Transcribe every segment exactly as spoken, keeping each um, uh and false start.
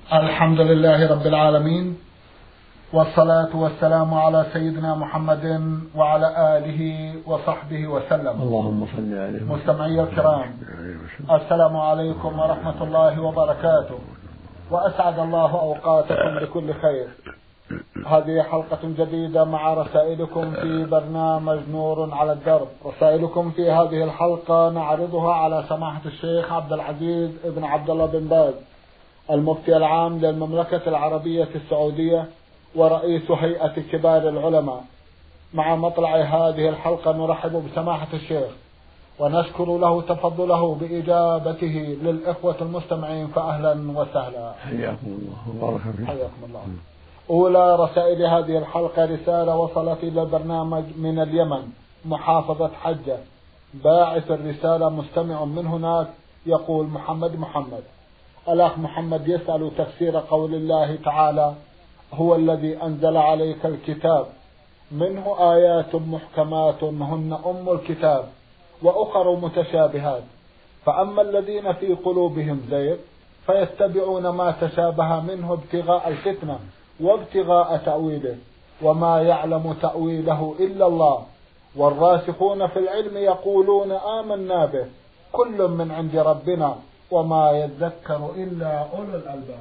الحمد لله رب العالمين، والصلاة والسلام على سيدنا محمد وعلى آله وصحبه وسلم. اللهم صل عليه. مستمعي الكرام، السلام عليكم ورحمة الله وبركاته، وأسعد الله أوقاتكم بكل خير. هذه حلقة جديدة مع رسائلكم في برنامج نور على الدرب. رسائلكم في هذه الحلقة نعرضها على سماحة الشيخ عبد العزيز ابن عبد الله بن باز، المفتي العام للمملكة العربية السعودية ورئيس هيئة كبار العلماء. مع مطلع هذه الحلقة نرحب بسماحة الشيخ ونشكر له تفضله بإجابته للإخوة المستمعين، فأهلا وسهلا. حياكم الله وبارك فيكم. حياكم الله. أولى رسائل هذه الحلقة رسالة وصلت إلى البرنامج من اليمن، محافظة حجة. باعث الرسالة مستمع من هناك، يقول محمد محمد. الأخ محمد يسأل تفسير قول الله تعالى: هو الذي أنزل عليك الكتاب منه آيات محكمات هن أم الكتاب وأخر متشابهات، فأما الذين في قلوبهم زيغ فيتبعون ما تشابه منه ابتغاء الفتنة وابتغاء تأويله، وما يعلم تأويله إلا الله، والراسخون في العلم يقولون آمنا به كل من عند ربنا وما يذكر إلا أولو الألباب.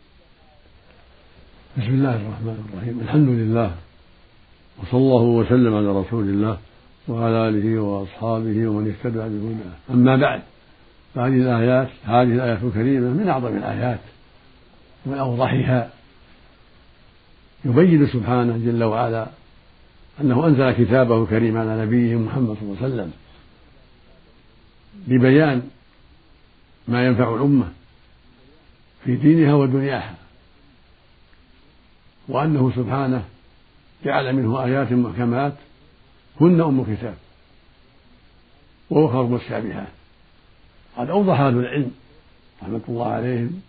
بسم الله الرحمن الرحيم. الحمد لله، وصلى الله وسلم على رسول الله وعلى آله وأصحابه ومن اهتدى بهداه. أما بعد، فهذه الآيات هذه الآيات الكريمة من أعظم الآيات ومن أوضحها. يبين سبحانه جل وعلا أنه أنزل كتابه الكريم على نبيه محمد صلى الله عليه وسلم لبيان ما ينفع الأمة في دينها ودنياها، وأنه سبحانه جعل منه آيات محكمات هن أم الكتاب وأخر متشابهات. قد أوضح أهل العلم رحمة الله عليهم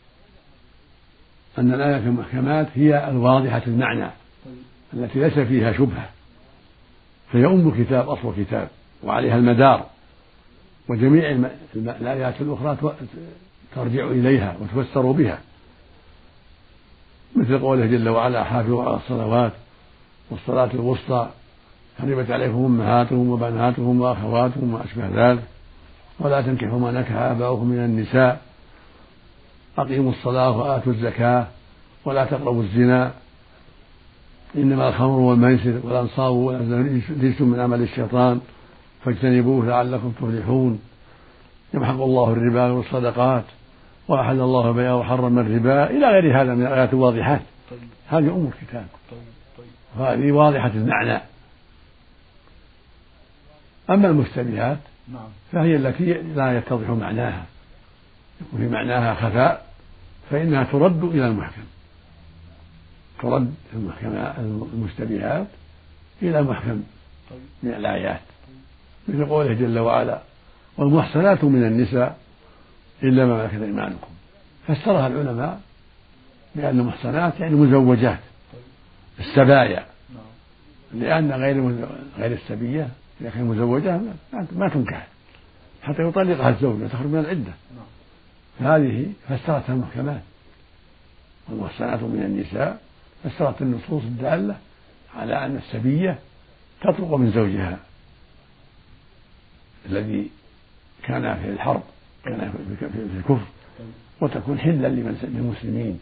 أن الآيات المحكمات هي الواضحة المعنى التي ليس فيها شبهة، فهي أم الكتاب أصل الكتاب وعليها المدار، وجميع الآيات الأخرى ترجع إليها وتفسر بها، مثل قوله جل وعلا: حافظوا على الصلوات والصلاة الوسطى، حرمت عليكم أمهاتكم وبناتكم وأخواتكم وأشبه ذلك، ولا تنكحوا ما نكح آباؤكم من النساء، أقيموا الصلاة وآتوا الزكاة، ولا تقربوا الزنا، إنما الخمر والميسر والأنصاب والأزلام رجس من عمل الشيطان فاجتنبوه لعلكم تفلحون، يمحق الله الربا والصدقات وأحل الله البيع وحرم الربا، إلى غير هذا من الآيات الواضحات. هذه أم الكتاب، وهذه واضحة المعنى. أما المشتبهات فهي التي لا يتضح معناها، يكون في معناها خفاء، فإنها ترد إلى المحكم، ترد المشتبهات إلى المحكم من الآيات، مثل قوله جل وعلا: والمحصنات من النساء إلا ما ملكت أيمانكم. فسرها العلماء بأن المحصنات يعني مزوجات السبايا، لأن غير غير السبية إذا كانت مزوجة ما تنكح حتى يطلقها الزوج وتخرج من العدة. هذه فسرتها المحكمات، والمحصنات من النساء فسرت النصوص الدالة على أن السبية تطلق من زوجها الذي كان في الحرب، كان في الكفر، وتكون حلا للمسلمين.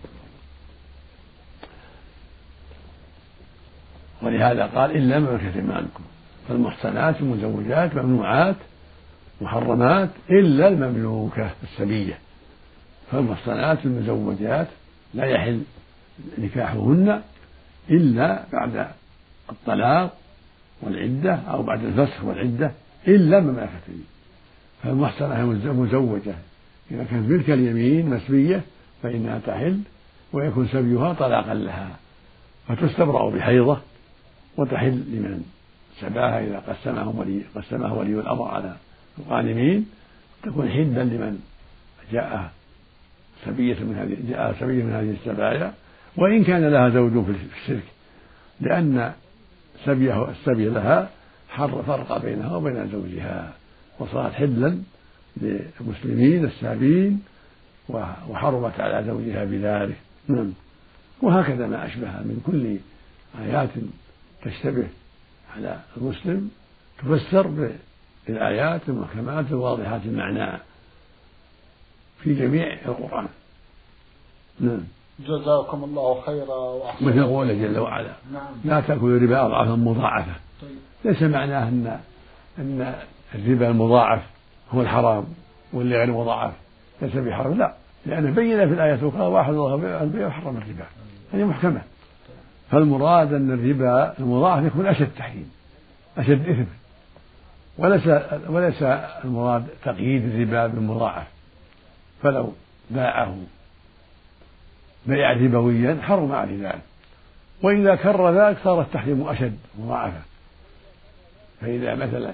ولهذا قال: إلا ما ملكت أيمانكم. فالمحصنات المزوجات ممنوعات محرمات إلا المملوكة السبية. فالمحصنات المزوجات لا يحل نكاحهن إلا بعد الطلاق والعدة أو بعد الفسخ والعدة إلا ما ملكت أيمانكم. فالمحصنة مزوجة إذا كانت ملك اليمين مسبية فإنها تحل، ويكون سبيها طلاقا لها، فتستبرأ بحيضة وتحل لمن سباها إذا قسمه ولي قسمه ولي الأمر على الغانمين، تكون حلا لمن جاء سبية من هذه جاء سبية من هذه السبايا، وإن كان لها زوج في الشرك، لأن سبيه السبي لها حر فرق بينها وبين زوجها، وصارت حلا للمسلمين السابين وحرمت على زوجها بذلك. نعم. وهكذا ما أشبهها من كل آيات تشتبه على المسلم تفسر بالآيات المحكمات الواضحات المعنى في جميع القرآن. نعم. جزاكم الله خيرا وأحسن. مثل قوله جل وعلا: نعم. لا تأكلوا الربا أضعافا مضاعفة. طيب. ليس معناه أن أن الربا المضاعف هو الحرام واللي غير مضاعف ليس بحرام، لا، لأنه بين في الآية الأخرى: واحد الله البيع وحرم الربا. هذه محكمة. فالمراد أن الربا المضاعف يكون أشد تحريم، أشد إثم، وليس وليس المراد تقييد الربا بالمضاعف. فلو باعه بيعا ربويا حرم عليه ذلك، وإذا كرر ذلك صار التحريم أشد مضاعفة. فإذا مثلا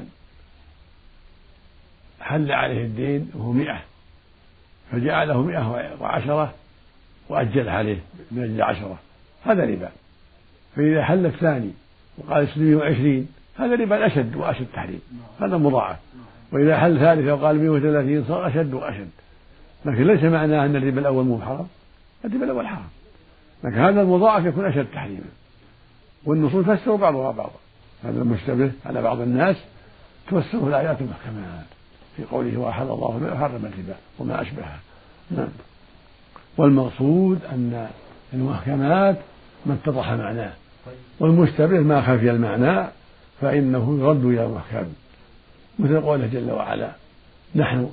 حل عليه الدين وهو مئة فجعله مئة وعشرة وأجل عليه من أجل عشرة، هذا ربا. فإذا حل الثاني وقال اسلمي وعشرين، هذا ربا أشد وأشد تحريم، هذا مضاعف. وإذا حل ثالثة وقال مئة وثلاثين صار أشد وأشد. لكن ليس معناه أن الربا الأول مو حرام، الربا الأول حرام، لكن هذا المضاعف يكون أشد تحريما. والنصوص تفسر بعضها بعضا، هذا المشتبه على بعض الناس تفسره الآيات المحكمات في قوله: وأحل الله البيع وحرم الربا وما أشبهها. نعم. والمقصود أن المحكمات ما اتضح معناه، والمشتبه ما خفي المعنى فإنه يرد إلى المحكم، مثل قوله جل وعلا: نحن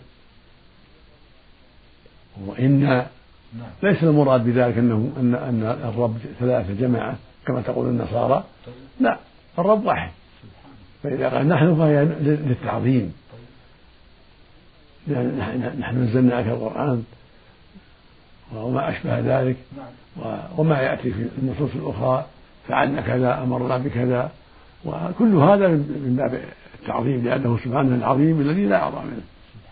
وإنا. ليس المراد بذلك أنه أن أن الرب ثلاثة جماعة كما تقول النصارى، لا، الرب واحد. فإذا قال نحن فهي للتعظيم، نحن نزلنا عليك القرآن وما أشبه ذلك، وما يأتي في النصوص الأخرى: فعلنا كذا، أمرنا بكذا، وكل هذا من باب التعظيم، لأنه سبحانه العظيم الذي لا أعظم منه.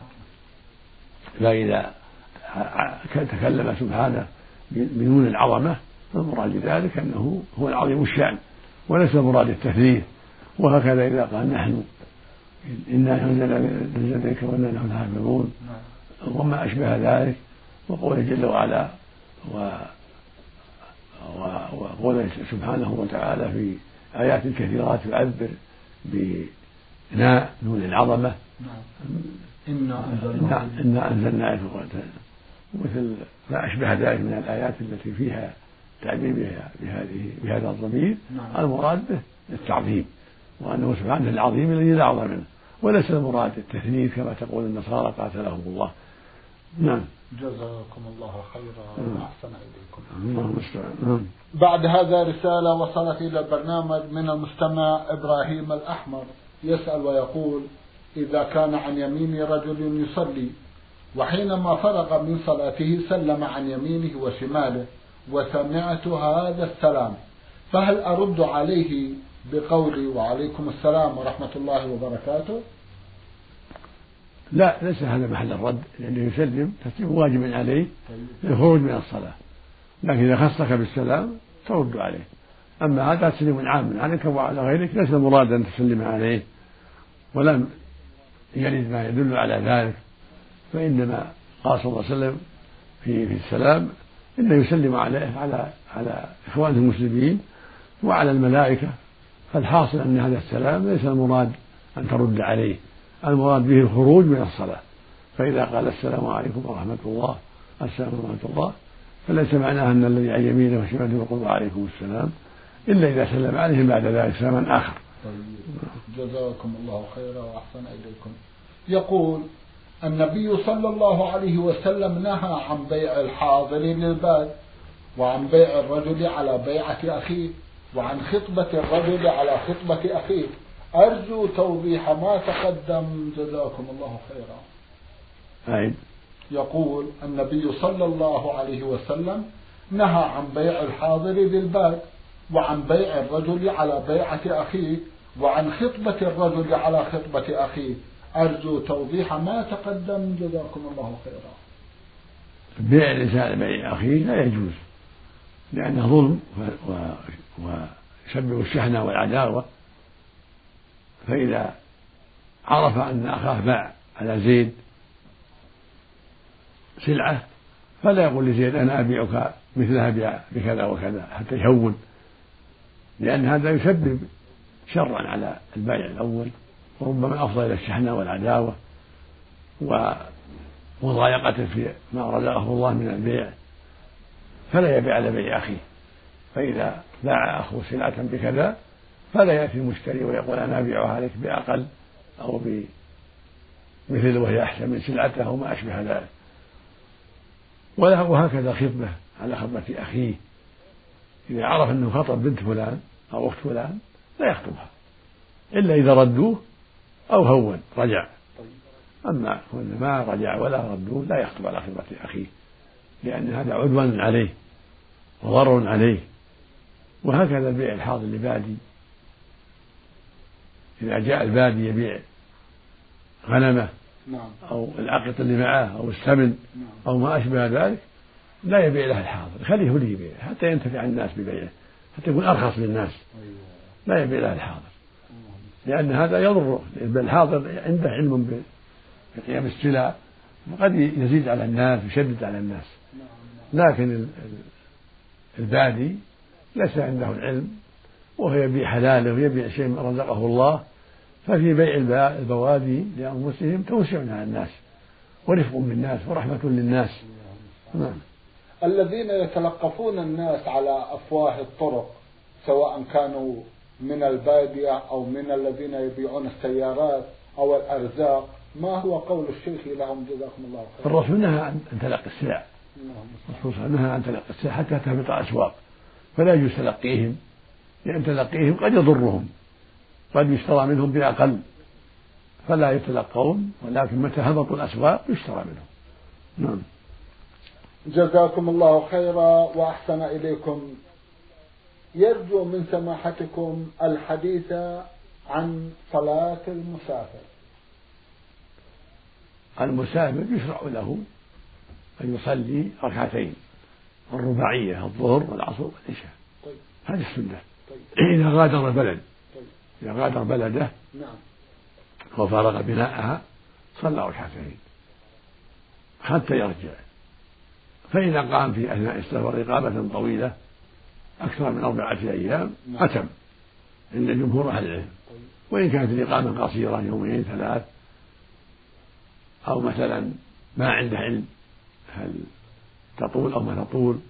فإذا تكلم سبحانه بنون العظمة فالمراد بذلك أنه هو العظيم الشأن، وليس المراد التثليث. وهكذا إذا قال نحن إنا نزلنا إليك وإنا نحن حافظون وما أشبه ذلك، وقوله جل وعلا وقوله سبحانه وتعالى في آيات كثيرات يعبر بناء نون العظمة: إنا أنزلنا إليك مثل ما أشبه ذلك من الآيات التي فيها تعبير بهذه بهذا الضمير. المراد به التعظيم، وأنه سبحانه العظيم الذي لا أعظم منه، وليس المراد التثنيث كما تقول النصارى قاتلهم الله. نعم. جزاكم الله خيرا وأحسن إليكم. الله المستعان. بعد هذا رسالة وصلت إلى البرنامج من المستمع إبراهيم الأحمر، يسأل ويقول: إذا كان عن يمين رجل يصلي وحينما فرغ من صلاته سلم عن يمينه وشماله وسمعت هذا السلام، فهل أرد عليه بقولي وعليكم السلام ورحمة الله وبركاته؟ لا، ليس هذا محل الرد، لأنه يسلم تسليم واجب عليه للخروج من الصلاة، لكن إذا خصك بالسلام ترد عليه. أما هذا تسليم عام عليك وعلى غيرك، ليس المراد أن تسلم عليه، ولم يرد ما يدل على ذلك. فإنما قال صلى الله عليه وسلم في في السلام إنه يسلم عليه على على إخوانه المسلمين وعلى الملائكة. فالحاصل أن هذا السلام ليس المراد أن ترد عليه، المراد به الخروج من الصلاة. فإذا قال السلام عليكم ورحمة الله، السلام ورحمة الله، فليس معناه أن الذي عن يمينه وشماله يقول وعليكم السلام، إلا إذا سلم عليهم بعد ذلك سلاما آخر. جزاكم الله خيرا وأحسن إليكم. يقول: النبي صلى الله عليه وسلم نهى عن بيع الحاضر للباد، وعن بيع الرجل على بيعة أخيه، وعن خطبة الرجل على خطبة أخيه. أرجو توضيح ما تقدم جزاكم الله خيرا. أي. يقول: النبي صلى الله عليه وسلم نهى عن بيع الحاضر للباد، وعن بيع الرجل على بيعة أخيه، وعن خطبة الرجل على خطبة أخيه. أرجو توضيح ما تقدم جزاكم الله خيرا. بيع الإنسان بيع أخيه لا يجوز، لأنه ظلم ويسبب الشحنة والعداوة. فإذا عرف أن أخاه باع على زيد سلعة فلا يقول لزيد أنا أبيعك مثلها بكذا وكذا حتى يهون، لأن هذا يسبب شرا على البائع الأول، وربما أفضى إلى الشحنة والعداوة ومضايقته في ما رزقه الله من البيع، فلا يبيع على بيع أخيه. فإذا باع أخوه سلعة بكذا فلا يأتي المشتري ويقول أنا أبيعها عليك بأقل أو بمثل وهي أحسن من سلعته أو ما أشبه ذلك. وهكذا خطبة على خطبة أخيه، إذا عرف أنه خطب بنت فلان أو أخت فلان لا يخطبها إلا إذا ردوه أو هون رجع. أما كون ما رجع ولا ردوه لا يخطب على خطبة أخيه، لأن هذا عدوان عليه وضرر عليه. وهكذا البيع الحاضر لبادي، إذا جاء البادي يبيع غنمه أو العقط اللي معه أو السمن أو ما أشبه ذلك لا يبيع له الحاضر، خليه لي يبيع حتى ينتفع الناس ببيعه، حتى يكون أرخص للناس. لا يبيع له الحاضر لأن هذا يضر، بل الحاضر عنده علم بقيام السلع وقد يزيد على الناس ويشدد على الناس. لكن البادي ليس عنده العلم وهو يبيع حلاله ويبيع شيء رزقه الله، ففي بيع البوادي لأنفسهم توسع على الناس ورفق بالناس ورحمة للناس. نعم. الذين يتلقفون الناس على أفواه الطرق سواء كانوا من البادية أو من الذين يبيعون السيارات أو الأرزاق، ما هو قول الشيخ لهم جزاكم الله خير؟ الرسول نهى عن تلقي السلع، الرسول نهى عن تلقي السلع حتى تهبط الأسواق، فلا يجوز تلقيهم، لأن تلقيهم قد يضرهم، قد يشترى منهم بأقل فلا يتلقون، ولكن متى هبطوا الأسواق يشترى منهم. نعم. جزاكم الله خيرا وأحسن إليكم. يرجو من سماحتكم الحديث عن صلاة المسافر. المسافر يشرع له أن يصلي ركعتين الرباعية الظهر والعصر والعشاء. طيب. هذه السنة. طيب. إذا غادر البلد. طيب. إذا غادر بلده نعم. وفارق بناءها صلى ركعتين حتى يرجع، فإذا قام في أثناء السفر إقامة طويلة أكثر من أربعة أيام أتم عند جمهور أهل العلم. وإن كانت الإقامة قصيرة يومين ثلاث أو مثلا ما عنده علم هل تطول أو ما تطول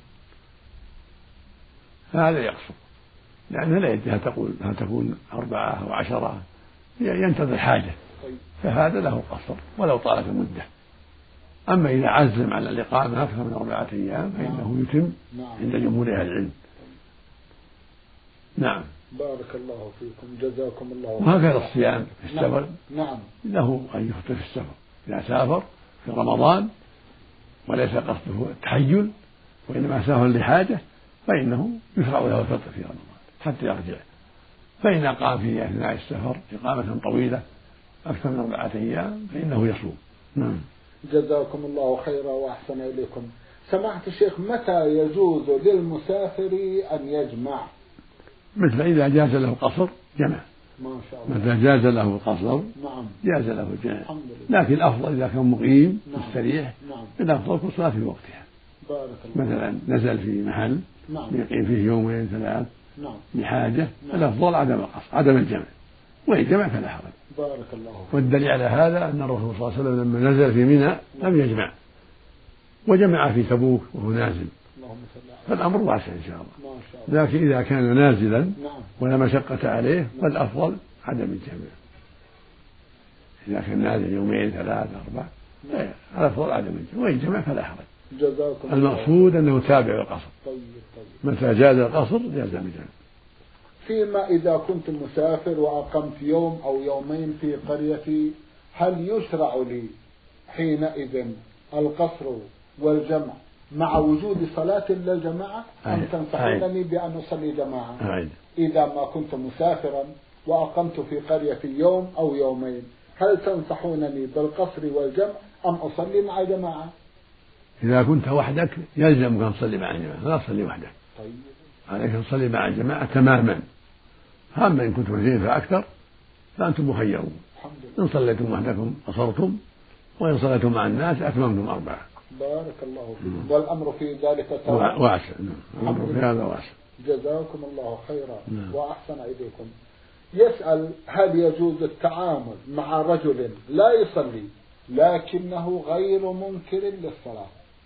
فهذا يقصر، لأنه لا يدري هل تقول هل تكون أربعة أو عشرة، ينتظر حاجة، فهذا له قصر ولو طالت المدة. أما إذا عزم على الإقامة أكثر من أربعة أيام فإنه يتم عند جمهور أهل العلم. نعم. بارك الله فيكم جزاكم الله. وهكذا الصيام في السفر. نعم. له أن يفطر في السفر إذا سافر في رمضان وليس قصده التحيل وإنما سافر لحاجة فإنه يشرع له الفطر في رمضان حتى يرجع. فإن قام في أثناء السفر إقامة طويلة أكثر من أربعة أيام فإنه يصوم. نعم. جزاكم الله خيرا وأحسن إليكم. سمعت الشيخ متى يجوز للمسافر أن يجمع؟ مثل إذا جاز له القصر جمع. ما شاء الله. متى جاز له القصر نعم جاز له الجمع، لكن الأفضل إذا كان مقيم نعم. مستريح نعم. الأفضل كل صلاة في وقتها. بارك الله. مثلا نزل في محل نعم. يقيم فيه يومين ثلاث نعم. لحاجة نعم. الأفضل عدم القصر عدم الجمع، وإن جمع فلا حرج. بارك الله. والدليل على هذا أن الرسول صلى الله عليه وسلم لما نزل في منى لم يجمع وجمع في تبوك وهو نازل، فالأمر واسع إن شاء الله. ما شاء الله. لكن إذا كان نازلا نعم. ولا مشقة عليه فالأفضل عدم الجمع. إذا كان نازل يومين ثلاث أربع الأفضل عدم الجمع، وإن جمع فلا حرج. جزاكم المقصود أنه تابع القصر. طيب طيب. متى جاز القصر جاز الجمع. فيما إذا كنت مسافر وأقمت يوم أو يومين في قريتي هل يشرع لي حينئذ القصر والجمع مع وجود صلاة للجماعة أم تنصحونني بأن أصلي جماعة؟ أعيد. إذا ما كنت مسافرا وأقمت في قريتي يوم أو يومين هل تنصحونني بالقصر والجمع أم أصلي مع جماعة؟ إذا كنت وحدك يلزمك أن تصلي مع جماعة، لا تصلي وحدك. طيب. عليك أن تصلي مع الجماعة تماما. أما إن كنتم اثنين فأكثر فأنتم مخيرون، إن صليتم وحدكم قصرتم وإن صليتم مع الناس أتممتم أربعة. بارك الله فيكم. والأمر في ذلك واسع. الأمر في هذا واسع. جزاكم الله خيرا وأحسن إليكم. يسأل: هل يجوز التعامل مع رجل لا يصلي لكنه غير منكر للصلاة؟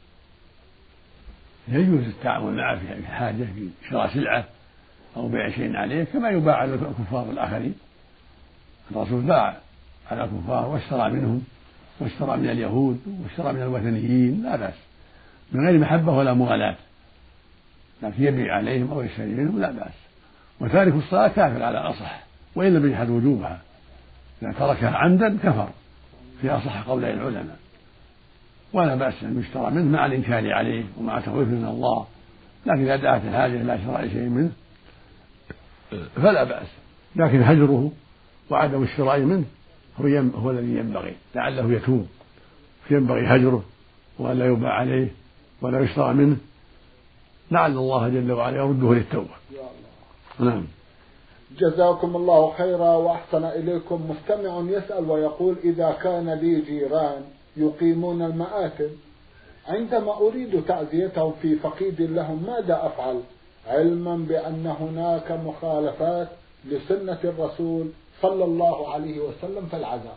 يجوز التعامل معه في حاجة، في شراء سلعة أو بيع شيء عليه، كما يباع على الكفار الآخرين. الرسول باع على الكفار واشترى منهم، واشترى من اليهود، واشترى من الوثنيين، لا بأس، من غير محبة ولا مغالاة، لكن يبيع عليهم أو يشتري منهم لا بأس. وتارك الصلاة كافر على الأصح، وإن لم يجحد وجوبها، إذا تركها عمدا كفر في أصح قولي العلماء. ولا بأس أن يشترى منه مع الإنكار عليه ومع تخويف من الله، لكن إذا دعت الحاجة إلى شراء شيء منه فلا بأس، لكن هجره وعدم الشراء منه هو, هو الذي ينبغي، لعله يتوب، فينبغي هجره وألا يباع عليه ولا يشترى منه، لعل الله جل وعلا يرده للتوبة. نعم. جزاكم الله خيرا وأحسن إليكم. مستمع يسأل ويقول: إذا كان لي جيران يقيمون المآتم، عندما أريد تعزيتهم في فقيد لهم ماذا أفعل، علما بأن هناك مخالفات لسنة الرسول صلى الله عليه وسلم في العزاء؟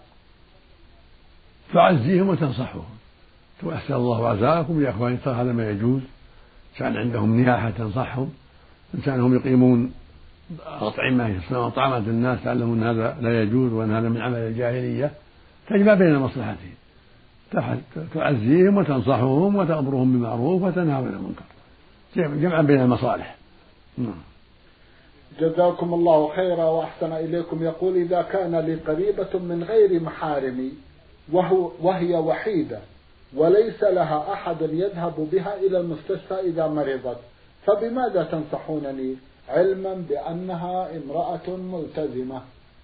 تعزيهم وتنصحهم، وأحسن الله عزاءكم يا أخواني، هذا ما يجوز. كان عندهم نياحة تنصحهم، إن كانهم يقيمون أطعمة يصنعون طعامات الناس تعلمون أن هذا لا يجوز وأن هذا من عمل الجاهلية، تجمع بين مصلحتهم، تعزيهم وتنصحهم وتأمرهم بالمعروف وتنهى عن المنكر، جمعا بين المصالح. جزاكم الله خيرا وأحسن إليكم. يقول: إذا كان لي قريبة من غير محارمي وهو وهي وحيدة وليس لها أحد يذهب بها إلى المستشفى إذا مرضت، فبماذا تنصحونني علما بأنها امرأة ملتزمة؟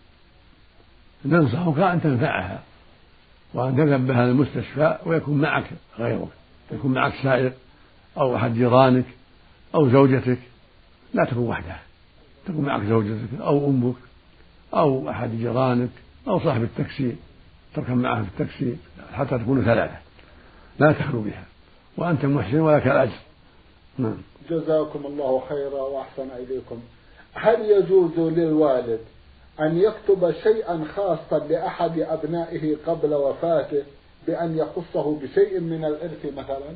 ننصحك أن تنفعها وأن تذهب بها للمستشفى ويكون معك غيرك، يكون معك سائق أو أحد جيرانك أو زوجتك، لا تكون وحدها، تكون معك زوجتك أو أمك أو أحد جيرانك أو صاحب التاكسي، تركب معه في التاكسي حتى تكونوا ثلاثة، لا تخلو بها، وأنت محسن ولك الأجر. نعم. جزاكم الله خيرا وأحسن إليكم. هل يجوز للوالد أن يكتب شيئا خاصا لأحد أبنائه قبل وفاته بأن يخصه بشيء من الإرث مثلا؟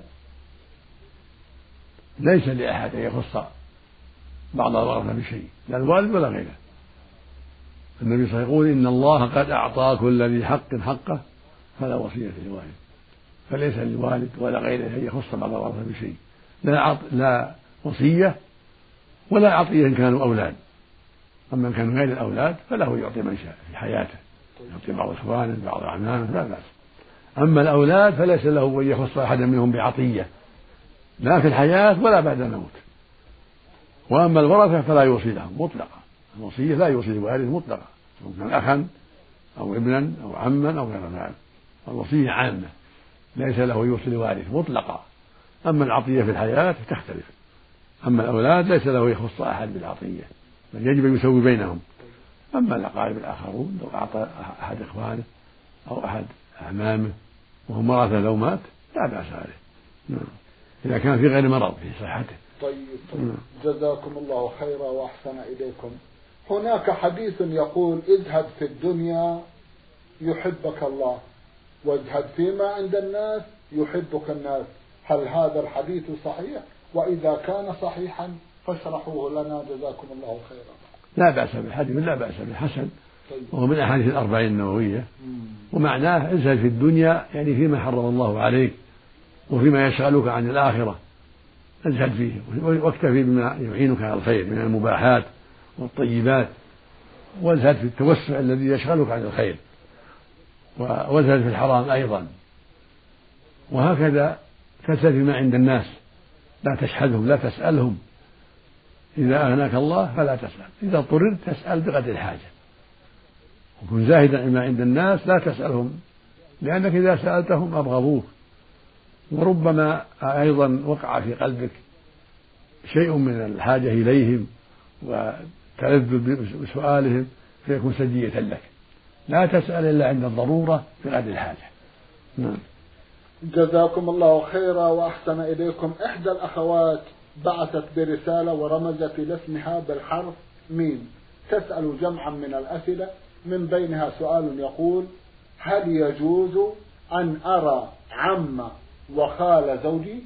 ليس لأحد أن يخص بعض الورثة بشيء، لا الوالد ولا غيره. النبي صلى الله عليه وسلم يقول: إن الله قد أعطى كل ذي حق حقه فلا وصية للوالد، فليس للوالد ولا غيره أن يخص بعض الورثة بشيء، لا عط... لا وصية ولا عطية إن كانوا أولاد. أما إن كانوا غير الأولاد فله يعطي من شاء في حياته، يعطي بعض إخوانه بعض أعمامه لا بأس. أما الأولاد فليس له أن يخص أحدا منهم بعطية، لا في الحياة ولا بعد الموت. وأما الورثة فلا يوصي لهم مطلقا، الوصية لا يوصي الوالد مطلقا، سواء كان أخا أو ابنا أو عما أو غير ذلك، الوصية عامة، ليس له يوصي الوارث مطلقا. أما العطية في الحياة تختلف، أما الأولاد ليس له يخص أحد بالعطية، بل يجب أن يسوي بينهم. أما الأقارب الآخرون لو أعطى أحد إخوانه أو أحد أعمامه وهم ورثة لو مات لا بأس عليه، نعم، إذا كان في غير مرض في صحته. طيب, طيب. جزاكم الله خيرا وأحسن إليكم. هناك حديث يقول: ازهد في الدنيا يحبك الله، وازهد فيما عند الناس يحبك الناس. هل هذا الحديث صحيح؟ وإذا كان صحيحا فاشرحوه لنا جزاكم الله خيرا. لا بأس بالحديث، لا بأس بالحسن، وهو من أحاديث الأربعين النووية، ومعناه ازهد في الدنيا يعني فيما حرم الله عليك وفيما يشغلك عن الآخرة، ازهد فيه واكتفي بما يعينك على الخير من المباحات والطيبات، وازهد في التوسع الذي يشغلك عن الخير، وازهد في الحرام أيضا. وهكذا تزهد فيما عند الناس، لا تشحذهم، لا تسألهم، إذا أغناك الله فلا تسأل، إذا اضطررت تسأل بقدر الحاجة، وكن زاهدا فيما عند الناس، لا تسألهم، لأنك إذا سألتهم أبغضوك، وربما أيضا وقع في قلبك شيء من الحاجة إليهم وتلذذ بسؤالهم فيكون سجية لك. لا تسأل إلا عند الضرورة بقدر الحاجة. نعم. جزاكم الله خيرا وأحسن إليكم. إحدى الأخوات بعثت برسالة ورمزت إلى اسمها بالحرف ميم، تسأل جمعا من الأسئلة، من بينها سؤال يقول: هل يجوز أن أرى عم وخال زوجي؟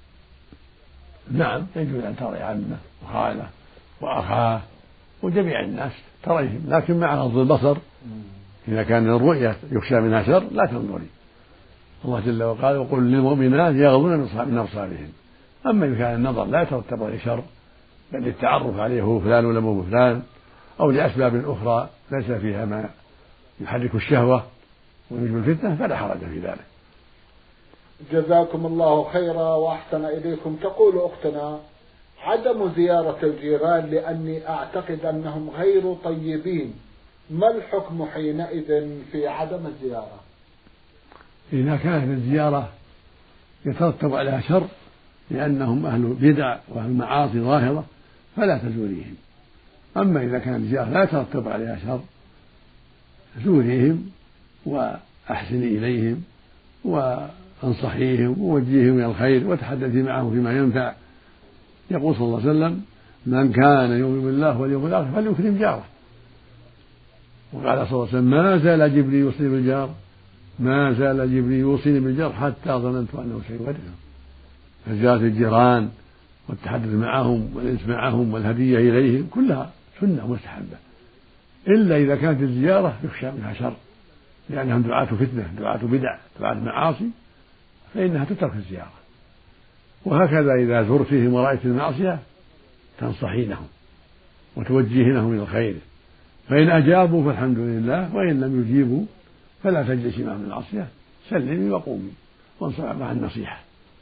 نعم يجوز أن ترى عمه وخاله وأخاه وجميع الناس تريهم، لكن مع غض البصر. إذا كان الرؤية يخشى منها شر لا تنظري. الله جل وقال: وقل للمؤمنات يغضن من أبصارهم. أما إذا كان النظر لا يترتب عليه شر بل التعرف عليه هو فلان ولا مو فلان، أو لأسباب أخرى ليس فيها ما يحرك الشهوة ويوجب الفتنة، فلا حرج في ذلك. جزاكم الله خيرا وأحسن إليكم. تقول أختنا: عدم زيارة الجيران لأني أعتقد أنهم غير طيبين، ما الحكم حينئذ في عدم الزيارة؟ إذا كانت الزيارة يترتب عليها شر لأنهم أهل بدع وأهل معاصي ظاهرة فلا تزوريهم. أما إذا كانت الزيارة لا يترتب عليها شر زوريهم وأحسني إليهم وانصحيهم ووجهيهم إلى الخير وتحدثي معهم فيما ينفع. يقول صلى الله عليه وسلم: من كان يؤمن بالله واليوم الآخر فليكرم جاره. وقال صلى الله عليه وسلم: ما زال جبريل يوصيني بالجار ما زال جبريل يوصيني بالجار حتى ظننت أنه سيورثه. فزيارة الجيران والتحدث معهم والإنس معهم والهدية إليهم كلها سنة مستحبة، إلا إذا كانت الزيارة يخشى منها شر لأنهم دعاة فتنة دعاة بدع دعاة معاصي فإنها تترك الزيارة. وهكذا إذا زرتهم ورأيت المعصية تنصحينهم وتوجهينهم إلى الخير، فإن أجابوا فالحمد لله، وإن لم يجيبوا فلا تجلسي معهم المعصية، سلمي وقومي وانصحي مع النصيحة.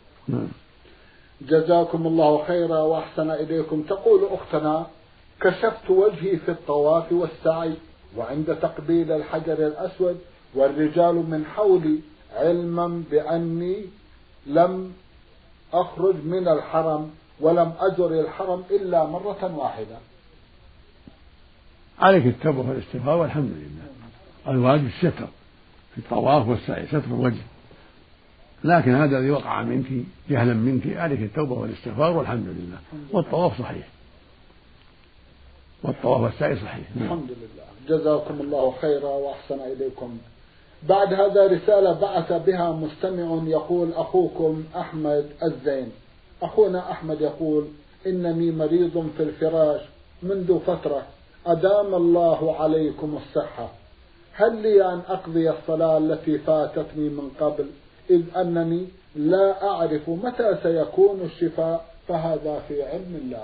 جزاكم الله خيرا وأحسن إليكم. تقول أختنا: كشفت وجهي في الطواف والسعي وعند تقبيل الحجر الأسود والرجال من حولي، علما بأني لم أخرج من الحرم ولم أزر الحرم إلا مرة واحدة. عليك التوبة والاستغفار والحمد لله. الواجب الستر في الطواف والسعي، ستر الوجه، لكن هذا الذي وقع منك جهلا منك عليك التوبة والاستغفار والحمد لله. والطواف صحيح والطواف والسعي صحيح. الحمد لله. جزاكم الله خيرا وأحسن إليكم. بعد هذا رسالة بعث بها مستمع يقول: أخوكم أحمد الزين. أخونا أحمد يقول: إنني مريض في الفراش منذ فترة، أدام الله عليكم الصحة، هل لي أن أقضي الصلاة التي فاتتني من قبل، إذ أنني لا أعرف متى سيكون الشفاء، فهذا في علم الله.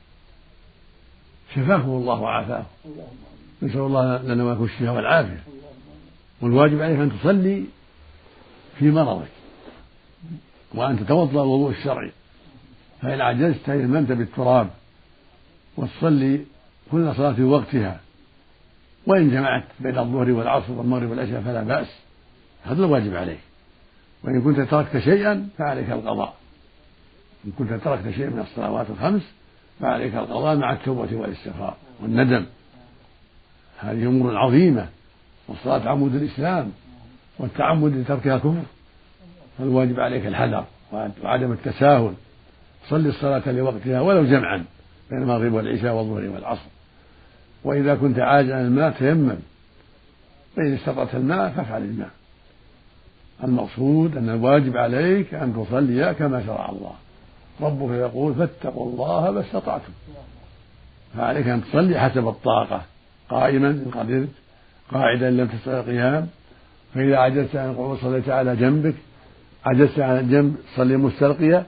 شفاه الله وعافاه، نسأل الله لنا ولكم الشفاء والعافية. والواجب عليك أن تصلي في مرضك وأن تتوضأ الوضوء الشرعي، فإن عجزت تيممت بالتراب وتصلي كل صلاة في وقتها، وإن جمعت بين الظهر والعصر والمغرب والعشاء فلا بأس، هذا الواجب عليك. وإن كنت تركت شيئا فعليك القضاء، إن كنت تركت شيئا من الصلوات الخمس فعليك القضاء مع التوبة والاستغفار والندم. هذه أمور عظيمة، والصلاة عمود الإسلام، والتعمد لتركها كفر، فالواجب عليك الحذر وعدم التساهل. صل الصلاة لوقتها ولو جمعا بين المغرب والعشاء والظهر والعصر. وإذا كنت عاجزا عن الماء تيمم، فإن استطعت الماء فافعل الماء. المقصود أن الواجب عليك أن تصلي كما شرع الله، ربك يقول: فاتقوا الله ما استطعتم، فعليك أن تصلي حسب الطاقة، قائما إن قدرت، قاعدا لم تستطع القيام، فإذا عجزت عن القعود صليت على جنبك، عجزت عن الجنب صلي مستلقيا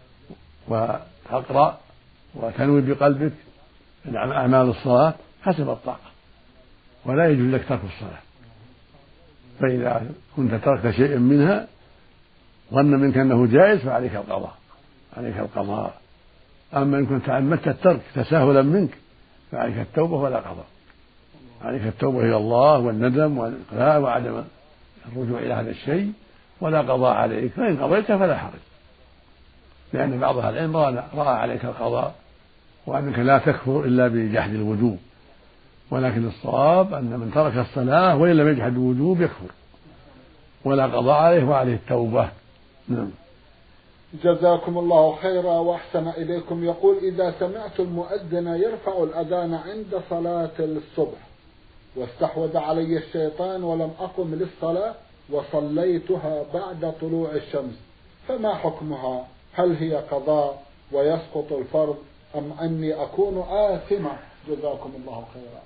وتقرأ وتنوي بقلبك أعمال الصلاة حسب الطاقة، ولا يجوز لك ترك الصلاة. فإذا كنت تركت شيئا منها ظن منك أنه جائز فعليك القضاء عليك القضاء أما إن كنت تعمدت الترك تساهلا منك فعليك التوبة ولا قضاء. عليك التوبة إلى الله والندم والإقلاع وعدم الرجوع إلى هذا الشيء، ولا قضاء عليك، فإن قضيت فلا حرج، لأن بعض أهل العلم رأى عليك القضاء وأنك لا تكفر إلا بجحد الوجوب، ولكن الصواب أن من ترك الصلاة وإن لم يجحد الوجوب يكفر، ولا قضاء عليه وعليه التوبة نعم. جزاكم الله خيرا وأحسن إليكم. يقول: إذا سمعت المؤذن يرفع الأذان عند صلاة الصبح واستحوذ علي الشيطان ولم أقم للصلاة وصليتها بعد طلوع الشمس، فما حكمها؟ هل هي قضاء ويسقط الفرض أم أني أكون آثمة؟ جزاكم الله خيرا.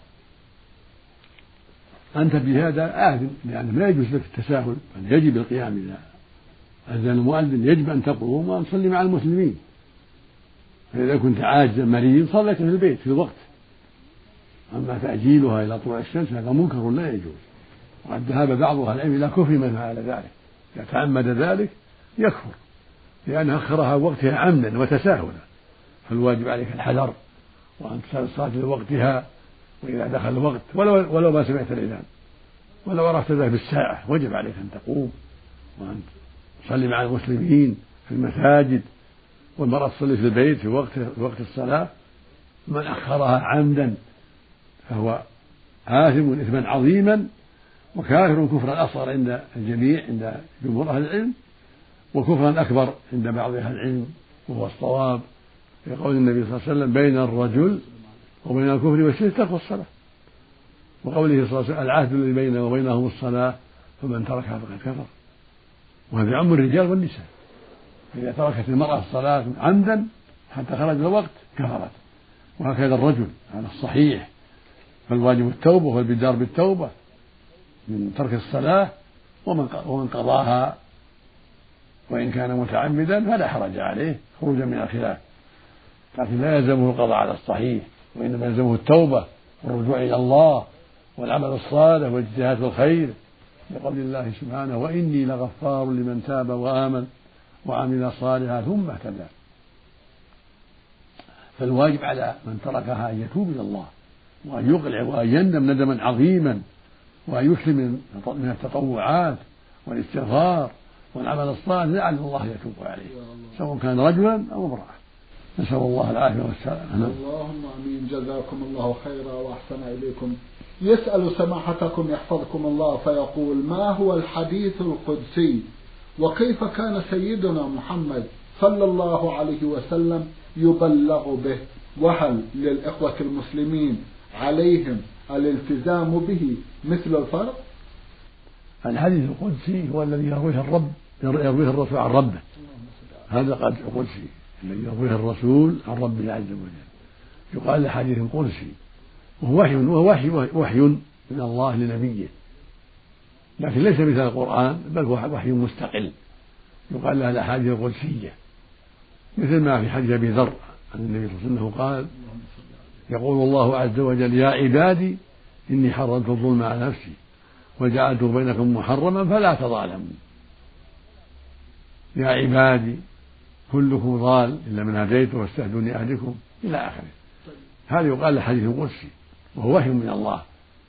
أنت بهذا آثم، لأنه لا يجوز لك التساهل، بل يجب القيام. إذا أذن المؤذن يجب أن تقوم وتصلي مع المسلمين. فإذا كنت عاجزا مريض صليت في البيت في الوقت. أما تأجيلها إلى طلوع الشمس هذا منكر لا يجوز، وقد ذهب بعض أهل العلم إلى كفر من فعل ذلك. إذا تعمد ذلك يكفر، لأنه أخرها وقتها عمدا وتساهلا. فالواجب عليك الحذر وأن تصلي الصلاة لوقتها، وإذا دخل الوقت ولو, ولو ما سمعت الإذان ولو عرفت ذلك بالساعة وجب عليك أن تقوم وأن تصلي مع المسلمين في المساجد، والمرأة تصلي في البيت في وقت في وقت الصلاة. من أخرها عمدا فهو آثم إثما عظيما وكافر كفرا أصغر عند الجميع، عند جمهور أهل العلم، وكفرا أكبر عند بعض أهل العلم، وهو الصواب في قول النبي صلى الله عليه وسلم: بين الرجل وبين الكفر والشرك ترك الصلاة. وقوله صلى الله عليه وسلم: العهد الذي بيننا وبينهم الصلاة فمن تركها فقد كفر. وهذا يعم الرجال والنساء. فإذا تركت المرأة الصلاة عمدا حتى خرج الوقت كفرت، وهكذا الرجل على الصحيح. فالواجب التوبة والبدار بالتوبة من ترك الصلاة، ومن قضاها وإن كان متعمدا فلا حرج عليه خروجا من الخلاف، لكن لا يلزمه القضاء على الصحيح، وإنما يلزمه التوبة والرجوع إلى الله والعمل الصالح والاجتهاد في الخير، لقول الله سبحانه: وإني لغفار لمن تاب وآمن وعمل صالحا ثم اهتدى. فالواجب على من تركها أن يتوب إلى الله وأن يقلع وأن يندم ندما عظيما، وأن يكثر من التطوعات والاستغفار والعمل الصالح لعل الله يتوب عليه، سواء كان رجلا أو امرأة. نسأل الله العافية والسلامة. اللهم آمين. جزاكم الله خيرا وأحسن إليكم. يسأل سماحتكم يحفظكم الله فيقول: ما هو الحديث القدسي، وكيف كان سيدنا محمد صلى الله عليه وسلم يبلغ به، وهل للإخوة المسلمين عليهم الالتزام به مثل الفرض؟ الحديث القدسي هو الذي يرويه الرب يرويه الرسول عن ربه، هذا قد قدسي الذي يرويه الرسول عن ربه عز وجل، يقال له حديث قدسي، وهو وحي وهو وحي, وحي من الله لنبيه، لكن ليس مثل القرآن بل هو وحي مستقل، يقال له الأحاديث القدسية، مثل ما في حديث أبي ذر عن النبي صلى الله عليه وسلم قال: يقول الله عز وجل: يا عبادي إني حرمت الظلم على نفسي وجعلته بينكم محرما فلا تظالموا. يا عبادي كلكم ضال إلا من هديته واستهدوني أهدكم إلى آخره. هذا يقال له حديث قدسي، وهو وحي من الله،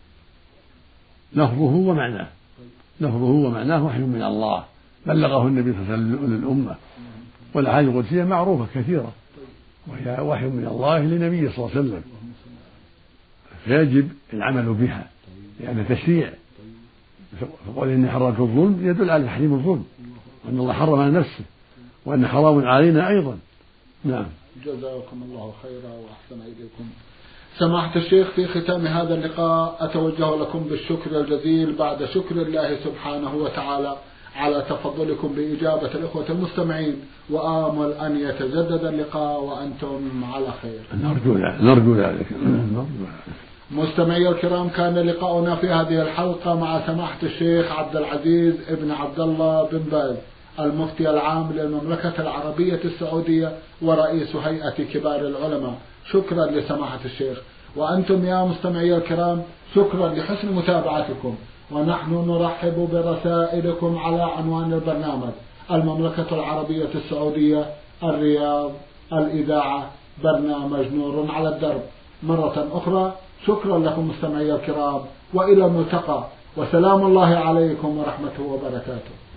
لفظه ومعناه لفظه ومعناه وحي من الله بلغه النبي صلى الله عليه وسلم للأمة. والأحاديث القدسية معروفة كثيرة، وهي وحي من الله لنبيه صلى الله عليه وسلم، فيجب العمل بها لأن تشريع. فقول إني حرمت الظلم يدل على تحريم الظلم، وأن الله حرم على نفسه، وأن حرام علينا أيضا. نعم. جزاكم الله خيرا وأحسن إليكم. سماحة الشيخ، في ختام هذا اللقاء أتوجه لكم بالشكر الجزيل بعد شكر الله سبحانه وتعالى على تفضلكم بإجابة الإخوة المستمعين، وآمل أن يتجدد اللقاء وأنتم على خير. نرجو نرجو ذلك. مستمعي الكرام، كان لقاؤنا في هذه الحلقة مع سماحة الشيخ عبد العزيز ابن عبد الله بن باز، المفتي العام للمملكة العربية السعودية ورئيس هيئة كبار العلماء. شكرا لسماحة الشيخ. وأنتم يا مستمعي الكرام شكرا لحسن متابعتكم، ونحن نرحب برسائلكم على عنوان البرنامج: المملكة العربية السعودية، الرياض، الإذاعة، برنامج نور على الدرب. مرة أخرى شكرا لكم مستمعي الكرام، وإلى الملتقى، وسلام الله عليكم ورحمته وبركاته.